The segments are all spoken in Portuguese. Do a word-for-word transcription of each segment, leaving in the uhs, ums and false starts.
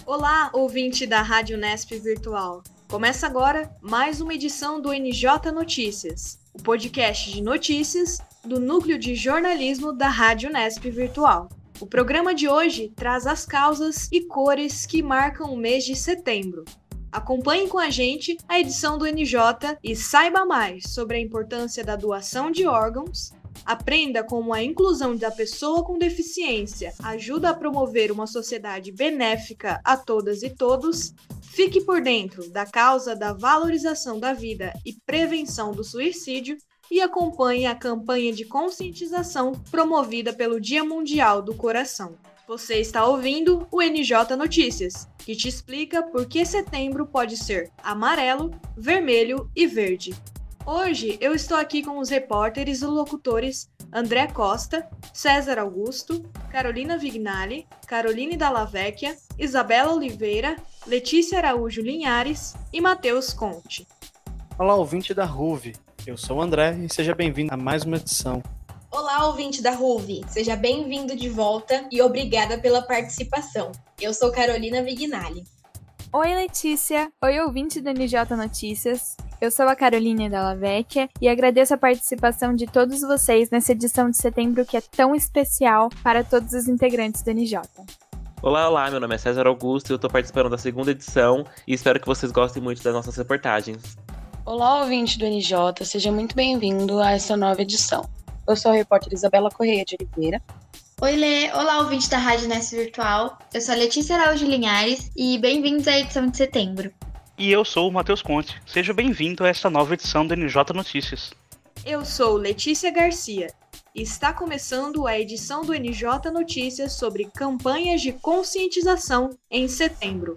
Olá, ouvinte da Rádio Nesp Virtual. Começa agora mais uma edição do N J Notícias, o podcast de notícias do Núcleo de Jornalismo da Rádio Nesp Virtual. O programa de hoje traz as causas e cores que marcam o mês de setembro. Acompanhe com a gente a edição do N J e saiba mais sobre a importância da doação de órgãos. Aprenda como a inclusão da pessoa com deficiência ajuda a promover uma sociedade benéfica a todas e todos. Fique por dentro da causa da valorização da vida e prevenção do suicídio e acompanhe a campanha de conscientização promovida pelo Dia Mundial do Coração. Você está ouvindo o N J Notícias, que te explica por que setembro pode ser amarelo, vermelho e verde. Hoje eu estou aqui com os repórteres e locutores André Costa, César Augusto, Carolina Vignali, Caroline Dalla Vecchia, Isabela Oliveira, Letícia Araújo Linhares e Matheus Conte. Olá, ouvinte da R U V. Eu sou o André e seja bem-vindo a mais uma edição. Olá, ouvinte da R U V. Seja bem-vindo de volta e obrigada pela participação. Eu sou Carolina Vignali. Oi, Letícia. Oi, ouvinte do N J Notícias. Eu sou a Caroline Dalla Vecchia e agradeço a participação de todos vocês nessa edição de setembro que é tão especial para todos os integrantes do N J. Olá, olá, meu nome é César Augusto e eu estou participando da segunda edição e espero que vocês gostem muito das nossas reportagens. Olá, ouvinte do N J, seja muito bem-vindo a essa nova edição. Eu sou a repórter Isabela Correia de Oliveira. Oi, Lê. Olá, ouvinte da Rádio Nesp Virtual. Eu sou a Letícia Araújo Linhares e bem-vindos à edição de setembro. E eu sou o Matheus Conte. Seja bem-vindo a essa nova edição do N J Notícias. Eu sou Letícia Garcia e está começando a edição do N J Notícias sobre campanhas de conscientização em setembro.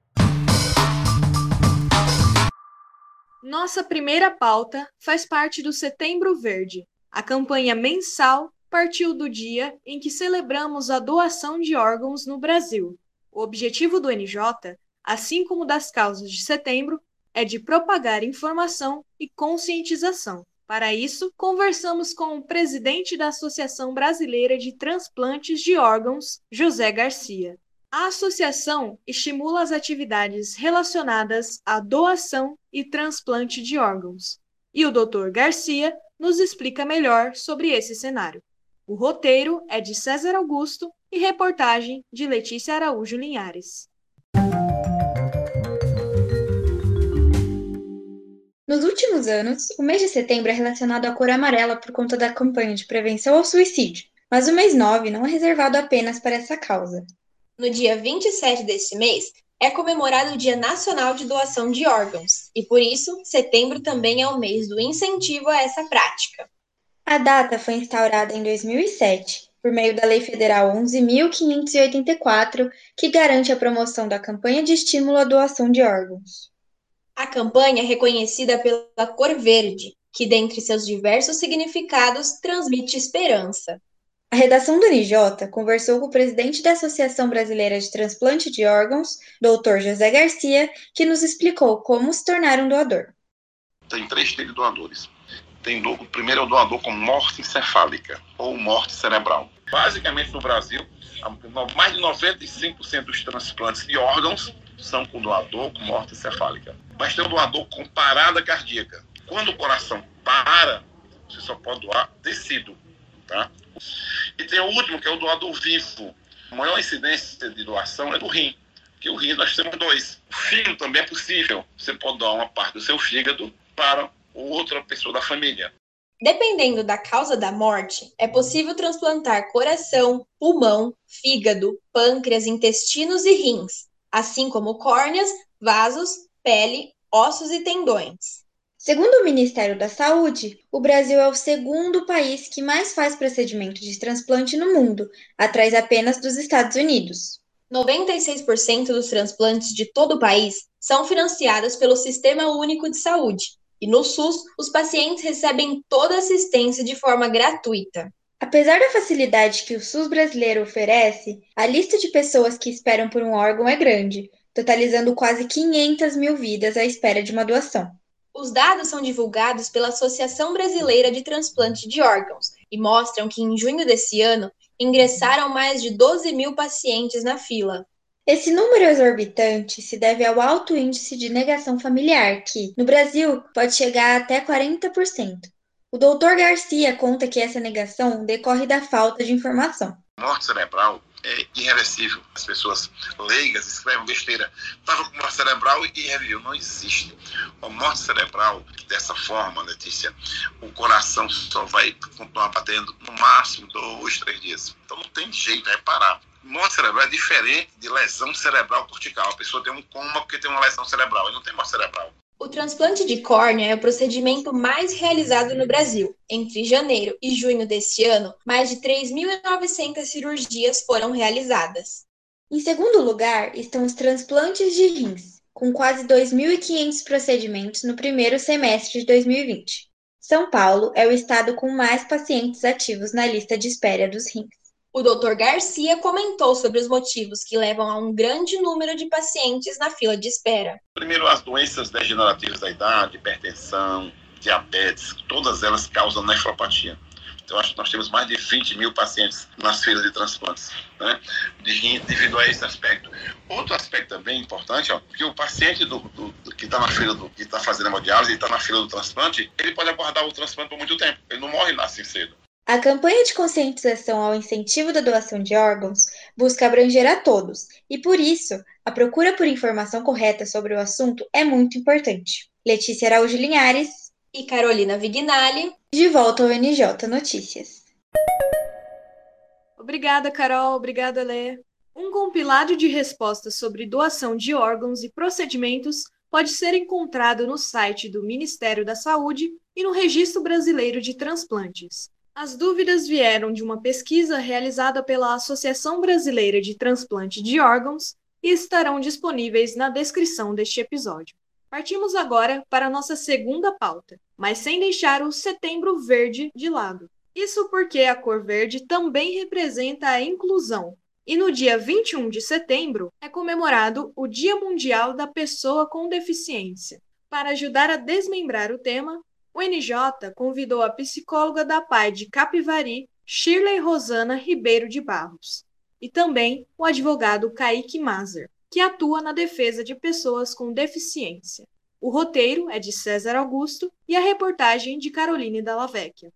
Nossa primeira pauta faz parte do Setembro Verde. A campanha mensal partiu do dia em que celebramos a doação de órgãos no Brasil. O objetivo do N J, assim como das causas de setembro, é de propagar informação e conscientização. Para isso, conversamos com o presidente da Associação Brasileira de Transplantes de Órgãos, José Garcia. A associação estimula as atividades relacionadas à doação e transplante de órgãos. E o doutor Garcia nos explica melhor sobre esse cenário. O roteiro é de César Augusto e reportagem de Letícia Araújo Linhares. Nos últimos anos, o mês de setembro é relacionado à cor amarela por conta da campanha de prevenção ao suicídio, mas o mês nove não é reservado apenas para essa causa. No dia vinte e sete deste mês, é comemorado o Dia Nacional de Doação de Órgãos, e por isso, setembro também é o mês do incentivo a essa prática. A data foi instaurada em dois mil e sete, por meio da Lei Federal onze mil quinhentos e oitenta e quatro, que garante a promoção da campanha de estímulo à doação de órgãos. A campanha é reconhecida pela cor verde, que, dentre seus diversos significados, transmite esperança. A redação do N J conversou com o presidente da Associação Brasileira de Transplante de Órgãos, doutor José Garcia, que nos explicou como se tornar um doador. Tem três tipos de doadores. Tem do, o primeiro é o doador com morte encefálica ou morte cerebral. Basicamente, no Brasil, mais de noventa e cinco por cento dos transplantes de órgãos são com doador com morte encefálica. Mas tem o doador com parada cardíaca. Quando o coração para, você só pode doar tecido, tá? E tem o último, que é o doador vivo. A maior incidência de doação é do rim, que o rim nós temos dois. O fígado também é possível. Você pode doar uma parte do seu fígado para outra pessoa da família. Dependendo da causa da morte, é possível transplantar coração, pulmão, fígado, pâncreas, intestinos e rins, assim como córneas, vasos, pele, ossos e tendões. Segundo o Ministério da Saúde, o Brasil é o segundo país que mais faz procedimento de transplante no mundo, atrás apenas dos Estados Unidos. noventa e seis por cento dos transplantes de todo o país são financiados pelo Sistema Único de Saúde, e no SUS, os pacientes recebem toda a assistência de forma gratuita. Apesar da facilidade que o SUS brasileiro oferece, a lista de pessoas que esperam por um órgão é grande, totalizando quase quinhentas mil vidas à espera de uma doação. Os dados são divulgados pela Associação Brasileira de Transplante de Órgãos e mostram que, em junho desse ano, ingressaram mais de doze mil pacientes na fila. Esse número exorbitante se deve ao alto índice de negação familiar, que, no Brasil, pode chegar até quarenta por cento. O doutor Garcia conta que essa negação decorre da falta de informação. Morte cerebral é irreversível. As pessoas leigas escrevem besteira. Estava com morte cerebral e irreversível. Não existe. A morte cerebral, dessa forma, Letícia, o coração só vai continuar batendo no máximo dois, três dias. Então não tem jeito de reparar. Morte cerebral é diferente de lesão cerebral cortical. A pessoa tem um coma porque tem uma lesão cerebral e não tem morte cerebral. O transplante de córnea é o procedimento mais realizado no Brasil. Entre janeiro e junho deste ano, mais de três mil e novecentas cirurgias foram realizadas. Em segundo lugar estão os transplantes de rins, com quase dois mil e quinhentos procedimentos no primeiro semestre de dois mil e vinte. São Paulo é o estado com mais pacientes ativos na lista de espera dos rins. O doutor Garcia comentou sobre os motivos que levam a um grande número de pacientes na fila de espera. Primeiro, as doenças degenerativas da idade, hipertensão, diabetes, todas elas causam nefropatia. Então, acho que nós temos mais de vinte mil pacientes nas filas de transplantes, né, devido a esse aspecto. Outro aspecto também importante, ó, que o paciente do, do, do, que está na fila, do, que está fazendo hemodiálise e está na fila do transplante, ele pode aguardar o transplante por muito tempo. Ele não morre assim cedo. A campanha de conscientização ao incentivo da doação de órgãos busca abranger a todos, e por isso, a procura por informação correta sobre o assunto é muito importante. Letícia Araújo Linhares e Carolina Vignali, de volta ao N J Notícias. Obrigada, Carol. Obrigada, Lê. Um compilado de respostas sobre doação de órgãos e procedimentos pode ser encontrado no site do Ministério da Saúde e no Registro Brasileiro de Transplantes. As dúvidas vieram de uma pesquisa realizada pela Associação Brasileira de Transplante de Órgãos e estarão disponíveis na descrição deste episódio. Partimos agora para a nossa segunda pauta, mas sem deixar o Setembro Verde de lado. Isso porque a cor verde também representa a inclusão, e no dia vinte e um de setembro é comemorado o Dia Mundial da Pessoa com Deficiência. Para ajudar a desmembrar o tema, o N J convidou a psicóloga da P A I de Capivari, Shirley Rosana Ribeiro de Barros, e também o advogado Kaique Mazer, que atua na defesa de pessoas com deficiência. O roteiro é de César Augusto e a reportagem de Caroline Dalla Vecchia.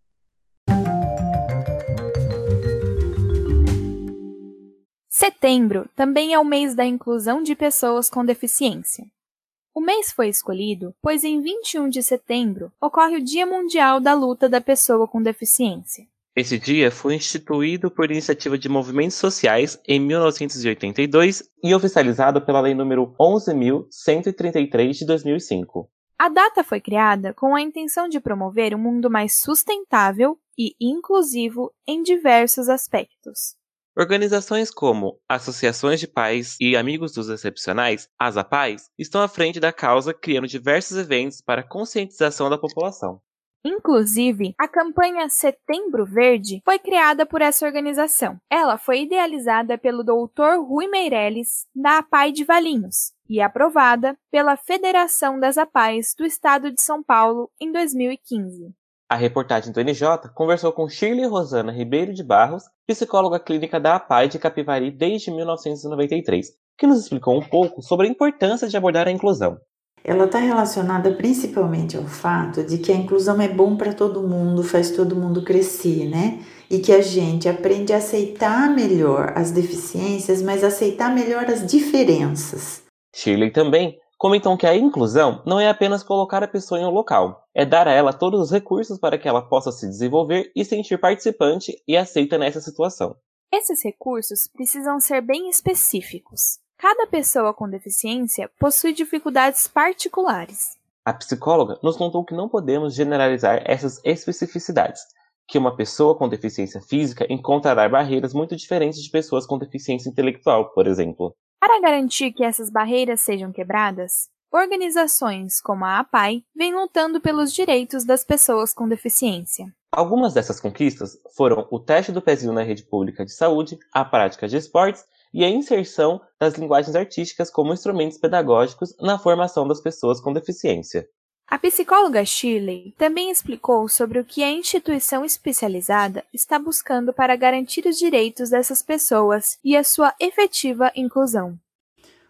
Setembro também é o mês da inclusão de pessoas com deficiência. O mês foi escolhido pois em vinte e um de setembro ocorre o Dia Mundial da Luta da Pessoa com Deficiência. Esse dia foi instituído por iniciativa de movimentos sociais em mil novecentos e oitenta e dois e oficializado pela Lei número onze mil cento e trinta e três de dois mil e cinco. A data foi criada com a intenção de promover um mundo mais sustentável e inclusivo em diversos aspectos. Organizações como Associações de Pais e Amigos dos Excepcionais, as A P A Is, estão à frente da causa criando diversos eventos para a conscientização da população. Inclusive, a campanha Setembro Verde foi criada por essa organização. Ela foi idealizada pelo doutor Rui Meirelles, da A P A I de Valinhos, e aprovada pela Federação das A P A Is do Estado de São Paulo em dois mil e quinze. A reportagem do N J conversou com Shirley Rosana Ribeiro de Barros, psicóloga clínica da A P A I de Capivari desde mil novecentos e noventa e três, que nos explicou um pouco sobre a importância de abordar a inclusão. Ela está relacionada principalmente ao fato de que a inclusão é bom para todo mundo, faz todo mundo crescer, né? E que a gente aprende a aceitar melhor as deficiências, mas aceitar melhor as diferenças. Shirley também comentam que a inclusão não é apenas colocar a pessoa em um local, é dar a ela todos os recursos para que ela possa se desenvolver e sentir participante e aceita nessa situação. Esses recursos precisam ser bem específicos. Cada pessoa com deficiência possui dificuldades particulares. A psicóloga nos contou que não podemos generalizar essas especificidades, que uma pessoa com deficiência física encontrará barreiras muito diferentes de pessoas com deficiência intelectual, por exemplo. Para garantir que essas barreiras sejam quebradas, organizações como a A P A I vêm lutando pelos direitos das pessoas com deficiência. Algumas dessas conquistas foram o teste do pezinho na rede pública de saúde, a prática de esportes e a inserção das linguagens artísticas como instrumentos pedagógicos na formação das pessoas com deficiência. A psicóloga Shirley também explicou sobre o que a instituição especializada está buscando para garantir os direitos dessas pessoas e a sua efetiva inclusão.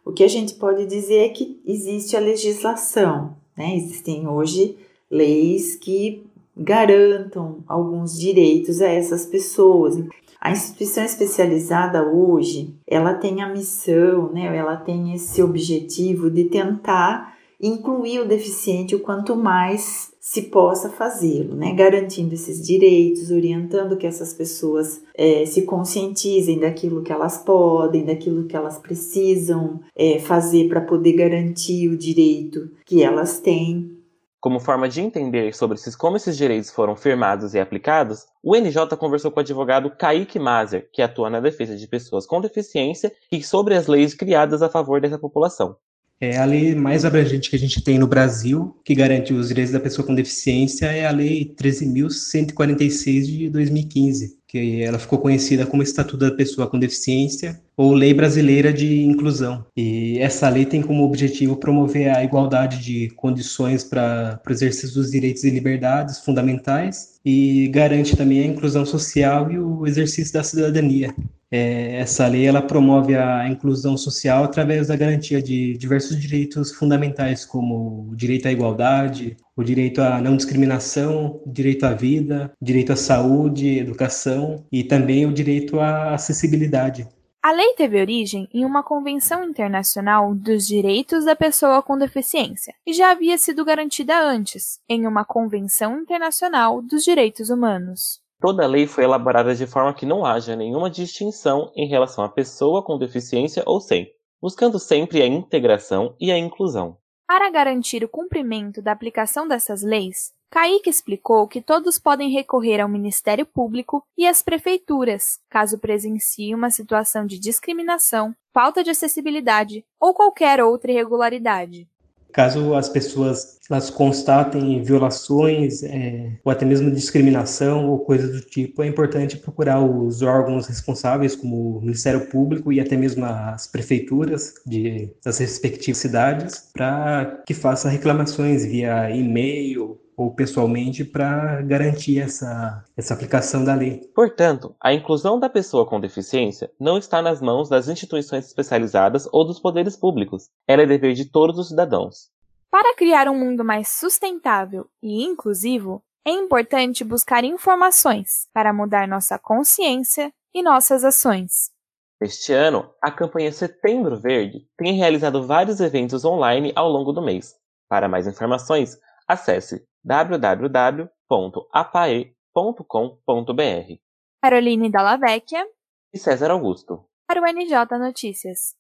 O que a gente pode dizer é que existe a legislação, né? Existem hoje leis que garantam alguns direitos a essas pessoas. A instituição especializada hoje, ela tem a missão, né? Ela tem esse objetivo de tentar incluir o deficiente o quanto mais se possa fazê-lo, né? Garantindo esses direitos, orientando que essas pessoas é, se conscientizem daquilo que elas podem, daquilo que elas precisam é, fazer para poder garantir o direito que elas têm. Como forma de entender sobre esses, como esses direitos foram firmados e aplicados, o N J conversou com o advogado Kaique Maser, que atua na defesa de pessoas com deficiência e sobre as leis criadas a favor dessa população. É a lei mais abrangente que a gente tem no Brasil, que garante os direitos da pessoa com deficiência, é a Lei treze mil cento e quarenta e seis de dois mil e quinze, que ela ficou conhecida como Estatuto da Pessoa com Deficiência ou Lei Brasileira de Inclusão. E essa lei tem como objetivo promover a igualdade de condições para o exercício dos direitos e liberdades fundamentais e garante também a inclusão social e o exercício da cidadania. É, essa lei ela promove a inclusão social através da garantia de diversos direitos fundamentais, como o direito à igualdade, o direito à não discriminação, o direito à vida, o direito à saúde, educação e também o direito à acessibilidade. A lei teve origem em uma Convenção Internacional dos Direitos da Pessoa com Deficiência e já havia sido garantida antes, em uma Convenção Internacional dos Direitos Humanos. Toda a lei foi elaborada de forma que não haja nenhuma distinção em relação à pessoa com deficiência ou sem, buscando sempre a integração e a inclusão. Para garantir o cumprimento da aplicação dessas leis, Kaique explicou que todos podem recorrer ao Ministério Público e às prefeituras, caso presenciem uma situação de discriminação, falta de acessibilidade ou qualquer outra irregularidade. Caso as pessoas elas constatem violações é, ou até mesmo discriminação ou coisa do tipo, é importante procurar os órgãos responsáveis, como o Ministério Público e até mesmo as prefeituras de, das respectivas cidades, para que faça reclamações via e-mail ou pessoalmente para garantir essa, essa aplicação da lei. Portanto, a inclusão da pessoa com deficiência não está nas mãos das instituições especializadas ou dos poderes públicos. Ela é dever de todos os cidadãos. Para criar um mundo mais sustentável e inclusivo, é importante buscar informações para mudar nossa consciência e nossas ações. Este ano, a campanha Setembro Verde tem realizado vários eventos online ao longo do mês. Para mais informações, acesse w w w ponto a p a e ponto com ponto b r. Caroline Dalla Vecchia e César Augusto. Para o N J Notícias.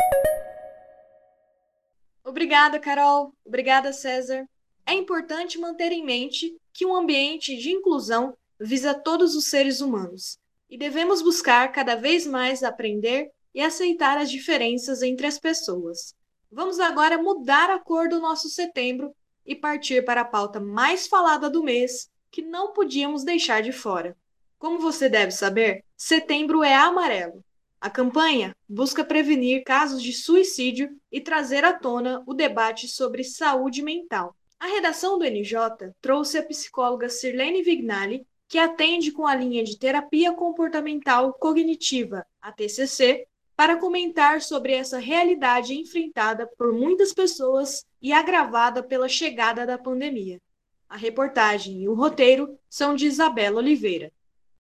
Obrigada, Carol. Obrigada, César. É importante manter em mente que um ambiente de inclusão visa todos os seres humanos e devemos buscar cada vez mais aprender e aceitar as diferenças entre as pessoas. Vamos agora mudar a cor do nosso setembro e partir para a pauta mais falada do mês, que não podíamos deixar de fora. Como você deve saber, setembro é amarelo. A campanha busca prevenir casos de suicídio e trazer à tona o debate sobre saúde mental. A redação do N J trouxe a psicóloga Sirlene Vignali, que atende com a linha de terapia comportamental cognitiva, a T C C, para comentar sobre essa realidade enfrentada por muitas pessoas e agravada pela chegada da pandemia. A reportagem e o roteiro são de Isabela Oliveira.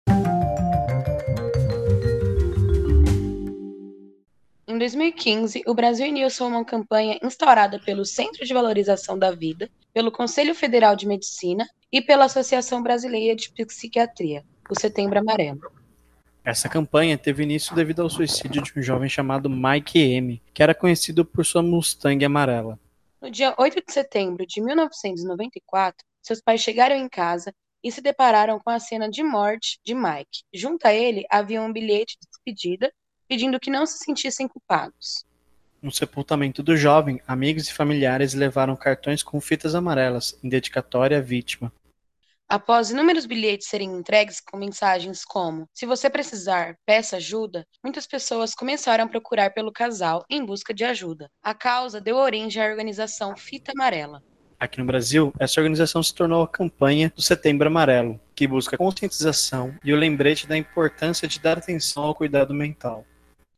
Em dois mil e quinze, o Brasil iniciou uma campanha instaurada pelo Centro de Valorização da Vida, pelo Conselho Federal de Medicina e pela Associação Brasileira de Psiquiatria, o Setembro Amarelo. Essa campanha teve início devido ao suicídio de um jovem chamado Mike M., que era conhecido por sua Mustang amarela. No dia oito de setembro de mil novecentos e noventa e quatro, seus pais chegaram em casa e se depararam com a cena de morte de Mike. Junto a ele havia um bilhete de despedida pedindo que não se sentissem culpados. No sepultamento do jovem, amigos e familiares levaram cartões com fitas amarelas em dedicatória à vítima. Após inúmeros bilhetes serem entregues com mensagens como "Se você precisar, peça ajuda", muitas pessoas começaram a procurar pelo casal em busca de ajuda. A causa deu origem à organização Fita Amarela. Aqui no Brasil, essa organização se tornou a campanha do Setembro Amarelo, que busca conscientização e o lembrete da importância de dar atenção ao cuidado mental.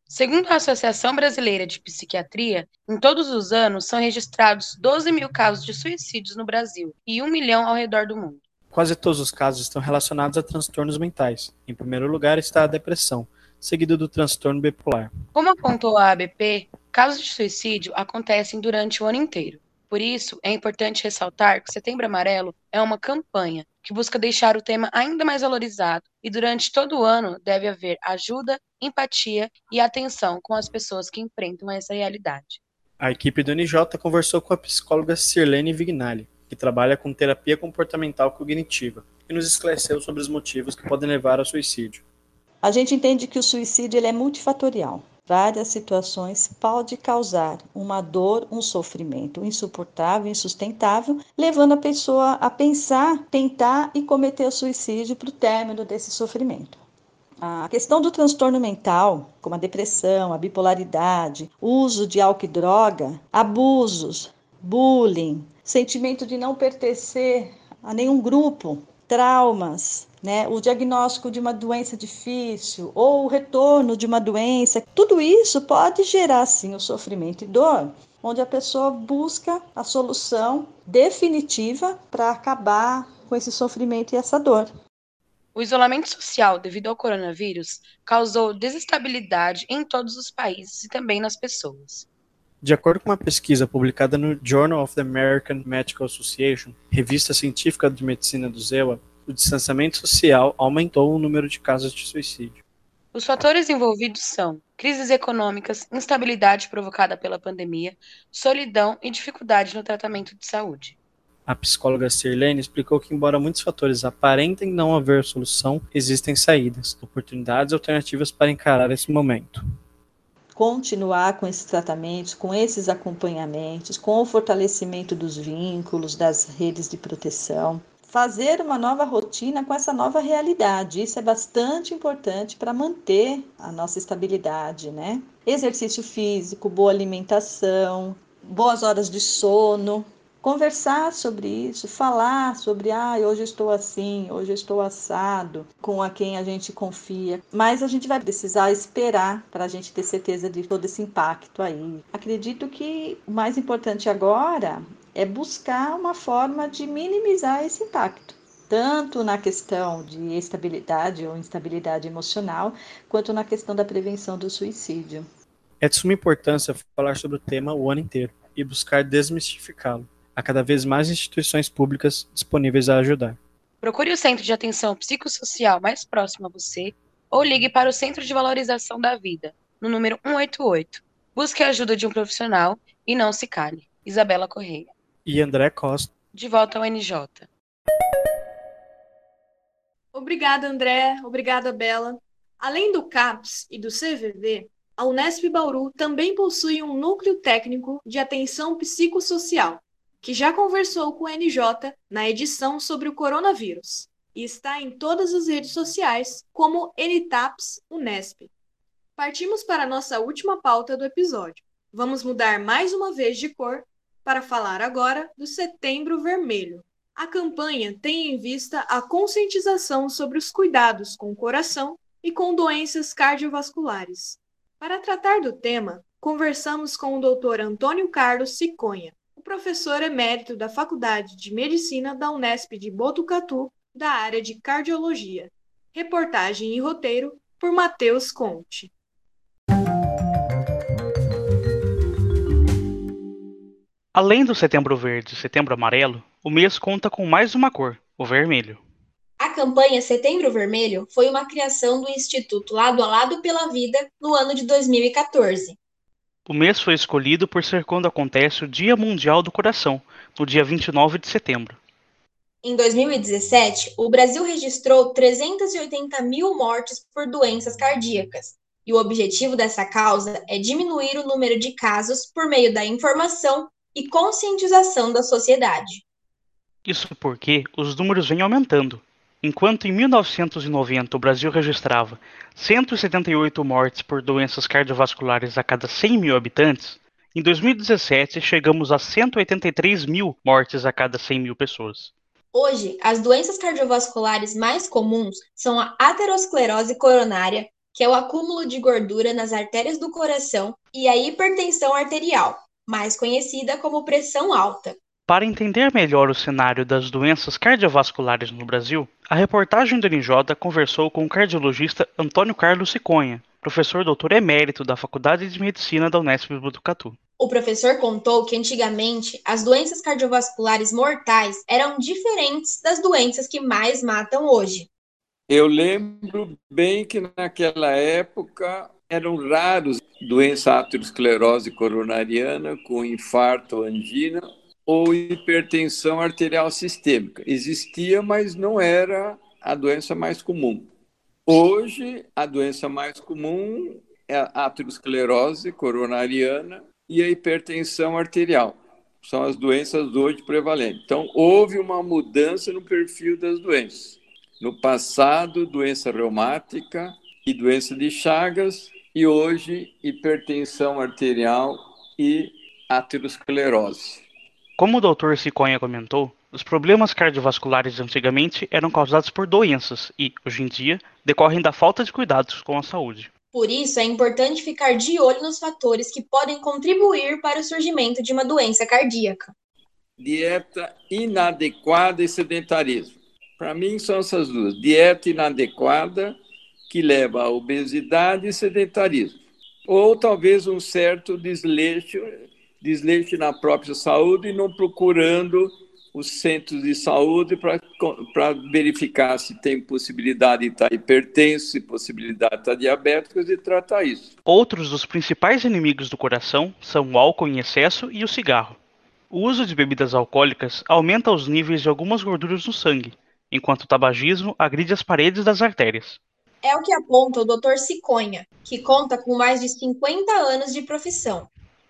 Segundo a Associação Brasileira de Psiquiatria, em todos os anos são registrados doze mil casos de suicídios no Brasil e um milhão ao redor do mundo. Quase todos os casos estão relacionados a transtornos mentais. Em primeiro lugar está a depressão, seguido do transtorno bipolar. Como apontou a A B P, casos de suicídio acontecem durante o ano inteiro. Por isso, é importante ressaltar que Setembro Amarelo é uma campanha que busca deixar o tema ainda mais valorizado e durante todo o ano deve haver ajuda, empatia e atenção com as pessoas que enfrentam essa realidade. A equipe do N J conversou com a psicóloga Sirlene Vignali, que trabalha com terapia comportamental cognitiva, e nos esclareceu sobre os motivos que podem levar ao suicídio. A gente entende que o suicídio ele é multifatorial. Várias situações podem causar uma dor, um sofrimento insuportável, insustentável, levando a pessoa a pensar, tentar e cometer o suicídio para o término desse sofrimento. A questão do transtorno mental, como a depressão, a bipolaridade, uso de álcool e droga, abusos, bullying, sentimento de não pertencer a nenhum grupo, traumas, né, o diagnóstico de uma doença difícil ou o retorno de uma doença, tudo isso pode gerar, sim, o sofrimento e dor, onde a pessoa busca a solução definitiva para acabar com esse sofrimento e essa dor. O isolamento social devido ao coronavírus causou desestabilidade em todos os países e também nas pessoas. De acordo com uma pesquisa publicada no Journal of the American Medical Association, revista científica de medicina do Z E U A, o distanciamento social aumentou o número de casos de suicídio. Os fatores envolvidos são crises econômicas, instabilidade provocada pela pandemia, solidão e dificuldade no tratamento de saúde. A psicóloga Sirlene explicou que, embora muitos fatores aparentem não haver solução, existem saídas, oportunidades alternativas para encarar esse momento. Continuar com esses tratamentos, com esses acompanhamentos, com o fortalecimento dos vínculos, das redes de proteção. Fazer uma nova rotina com essa nova realidade. Isso é bastante importante para manter a nossa estabilidade, né? Exercício físico, boa alimentação, boas horas de sono. Conversar sobre isso, falar sobre, ah, hoje eu estou assim, hoje eu estou assado, com a quem a gente confia. Mas a gente vai precisar esperar para a gente ter certeza de todo esse impacto aí. Acredito que o mais importante agora é buscar uma forma de minimizar esse impacto, tanto na questão de estabilidade ou instabilidade emocional, quanto na questão da prevenção do suicídio. É de suma importância falar sobre o tema o ano inteiro e buscar desmistificá-lo. Há cada vez mais instituições públicas disponíveis a ajudar. Procure o Centro de Atenção Psicossocial mais próximo a você ou ligue para o Centro de Valorização da Vida, no número um oito oito. Busque a ajuda de um profissional e não se cale. Isabela Correia. E André Costa. De volta ao N J. Obrigada, André. Obrigada, Bela. Além do CAPS e do C V V, a Unesp Bauru também possui um núcleo técnico de atenção psicossocial, que já conversou com o N J na edição sobre o coronavírus e está em todas as redes sociais como N TAPS Unesp. Partimos para a nossa última pauta do episódio. Vamos mudar mais uma vez de cor para falar agora do Setembro Vermelho. A campanha tem em vista a conscientização sobre os cuidados com o coração e com doenças cardiovasculares. Para tratar do tema, conversamos com o doutor Antônio Carlos Siconha, o professor emérito da Faculdade de Medicina da Unesp de Botucatu, da área de Cardiologia. Reportagem e roteiro por Matheus Conte. Além do Setembro Verde e Setembro Amarelo, o mês conta com mais uma cor, o vermelho. A campanha Setembro Vermelho foi uma criação do Instituto Lado a Lado pela Vida no ano de dois mil e quatorze. O mês foi escolhido por ser quando acontece o Dia Mundial do Coração, no dia vinte e nove de setembro. Em dois mil e dezessete, o Brasil registrou trezentas e oitenta mil mortes por doenças cardíacas, e o objetivo dessa causa é diminuir o número de casos por meio da informação e conscientização da sociedade. Isso porque os números vêm aumentando. Enquanto em mil novecentos e noventa o Brasil registrava cento e setenta e oito mortes por doenças cardiovasculares a cada cem mil habitantes, em dois mil e dezessete chegamos a cento e oitenta e três mil mortes a cada cem mil pessoas. Hoje, as doenças cardiovasculares mais comuns são a aterosclerose coronária, que é o acúmulo de gordura nas artérias do coração, e a hipertensão arterial, mais conhecida como pressão alta. Para entender melhor o cenário das doenças cardiovasculares no Brasil, a reportagem do N J conversou com o cardiologista Antônio Carlos Siconha, professor doutor emérito da Faculdade de Medicina da Unesp Botucatu. O professor contou que antigamente as doenças cardiovasculares mortais eram diferentes das doenças que mais matam hoje. Eu lembro bem que naquela época eram raros doenças aterosclerose coronariana com infarto, angina ou hipertensão arterial sistêmica. Existia, mas não era a doença mais comum. Hoje, a doença mais comum é a aterosclerose coronariana e a hipertensão arterial. São as doenças hoje prevalentes. Então, houve uma mudança no perfil das doenças. No passado, doença reumática e doença de Chagas, e hoje, hipertensão arterial e aterosclerose. Como o doutor Siconha comentou, os problemas cardiovasculares antigamente eram causados por doenças e, hoje em dia, decorrem da falta de cuidados com a saúde. Por isso, é importante ficar de olho nos fatores que podem contribuir para o surgimento de uma doença cardíaca. Dieta inadequada e sedentarismo. Para mim, são essas duas. Dieta inadequada, que leva à obesidade e sedentarismo. Ou talvez um certo desleixo, desleixo na própria saúde e não procurando os centros de saúde para verificar se tem possibilidade de estar hipertenso, se possibilidade de estar diabético e tratar isso. Outros dos principais inimigos do coração são o álcool em excesso e o cigarro. O uso de bebidas alcoólicas aumenta os níveis de algumas gorduras no sangue, enquanto o tabagismo agride as paredes das artérias. É o que aponta o doutor Siconha, que conta com mais de cinquenta anos de profissão.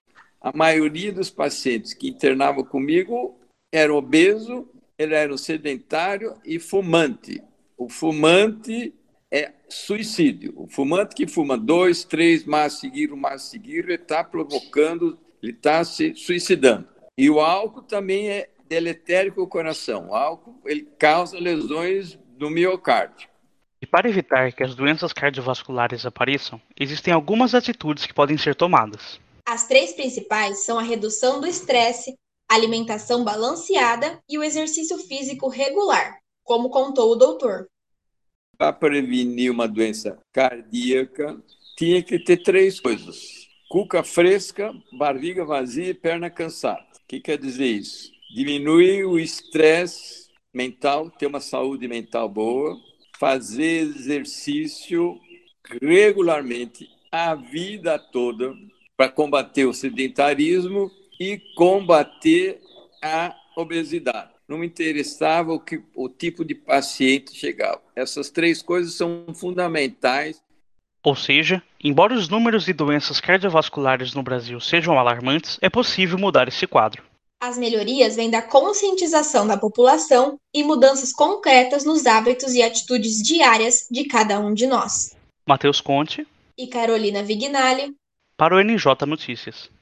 A maioria dos pacientes que internavam comigo era obeso, ele era sedentário e fumante. O fumante é suicídio. O fumante que fuma dois, três maços seguidos, um maço seguido, ele está provocando, ele está se suicidando. E o álcool também é deletério para o coração. O álcool ele causa lesões do miocárdio. E para evitar que as doenças cardiovasculares apareçam, existem algumas atitudes que podem ser tomadas. As três principais são a redução do estresse, a alimentação balanceada e o exercício físico regular, como contou o doutor. Para prevenir uma doença cardíaca, tinha que ter três coisas: cuca fresca, barriga vazia e perna cansada. O que quer dizer isso? Diminuir o estresse mental, ter uma saúde mental boa, fazer exercício regularmente a vida toda para combater o sedentarismo e combater a obesidade. Não me interessava o, que, o tipo de paciente chegava. Essas três coisas são fundamentais. Ou seja, embora os números de doenças cardiovasculares no Brasil sejam alarmantes, é possível mudar esse quadro. As melhorias vêm da conscientização da população e mudanças concretas nos hábitos e atitudes diárias de cada um de nós. Matheus Conte e Carolina Vignali para o N J Notícias.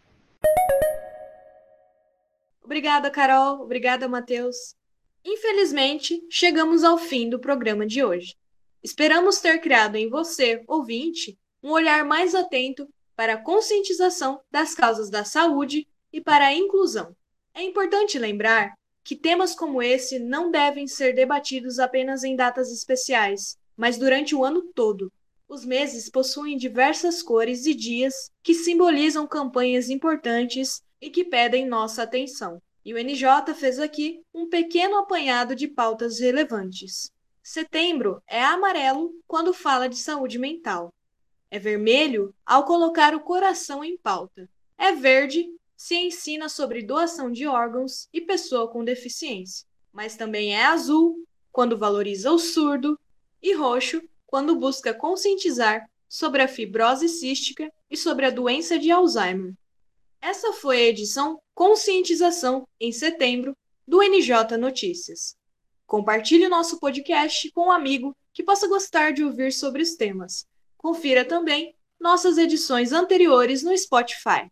Obrigada, Carol. Obrigada, Matheus. Infelizmente, chegamos ao fim do programa de hoje. Esperamos ter criado em você, ouvinte, um olhar mais atento para a conscientização das causas da saúde e para a inclusão. É importante lembrar que temas como esse não devem ser debatidos apenas em datas especiais, mas durante o ano todo. Os meses possuem diversas cores e dias que simbolizam campanhas importantes e que pedem nossa atenção. E o N J fez aqui um pequeno apanhado de pautas relevantes. Setembro é amarelo quando fala de saúde mental. É vermelho ao colocar o coração em pauta. É verde se ensina sobre doação de órgãos e pessoa com deficiência. Mas também é azul quando valoriza o surdo e roxo quando busca conscientizar sobre a fibrose cística e sobre a doença de Alzheimer. Essa foi a edição Conscientização em Setembro do N J Notícias. Compartilhe o nosso podcast com um amigo que possa gostar de ouvir sobre os temas. Confira também nossas edições anteriores no Spotify.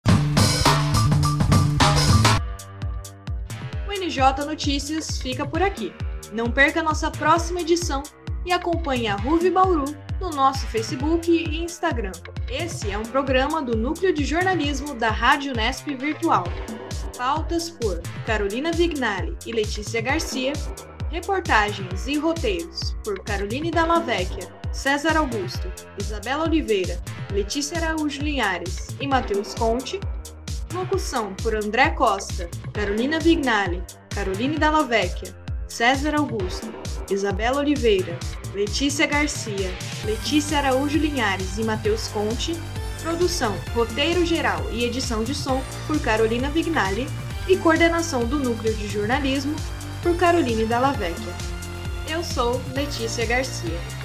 O N J Notícias fica por aqui. Não perca nossa próxima edição e acompanhe a Ruvi Bauru no nosso Facebook e Instagram. Esse é um programa do Núcleo de Jornalismo da Rádio Unesp Virtual. Pautas por Carolina Vignali e Letícia Garcia. Reportagens e roteiros por Caroline Dalla Vecchia, César Augusto, Isabela Oliveira, Letícia Araújo Linhares e Matheus Conte. Locução por André Costa, Carolina Vignali, Caroline Dalla Vecchia, César Augusto, Isabela Oliveira, Letícia Garcia, Letícia Araújo Linhares e Matheus Conte. Produção, roteiro geral e edição de som por Carolina Vignali e coordenação do Núcleo de Jornalismo por Caroline Dalla Vecchia. Eu sou Letícia Garcia.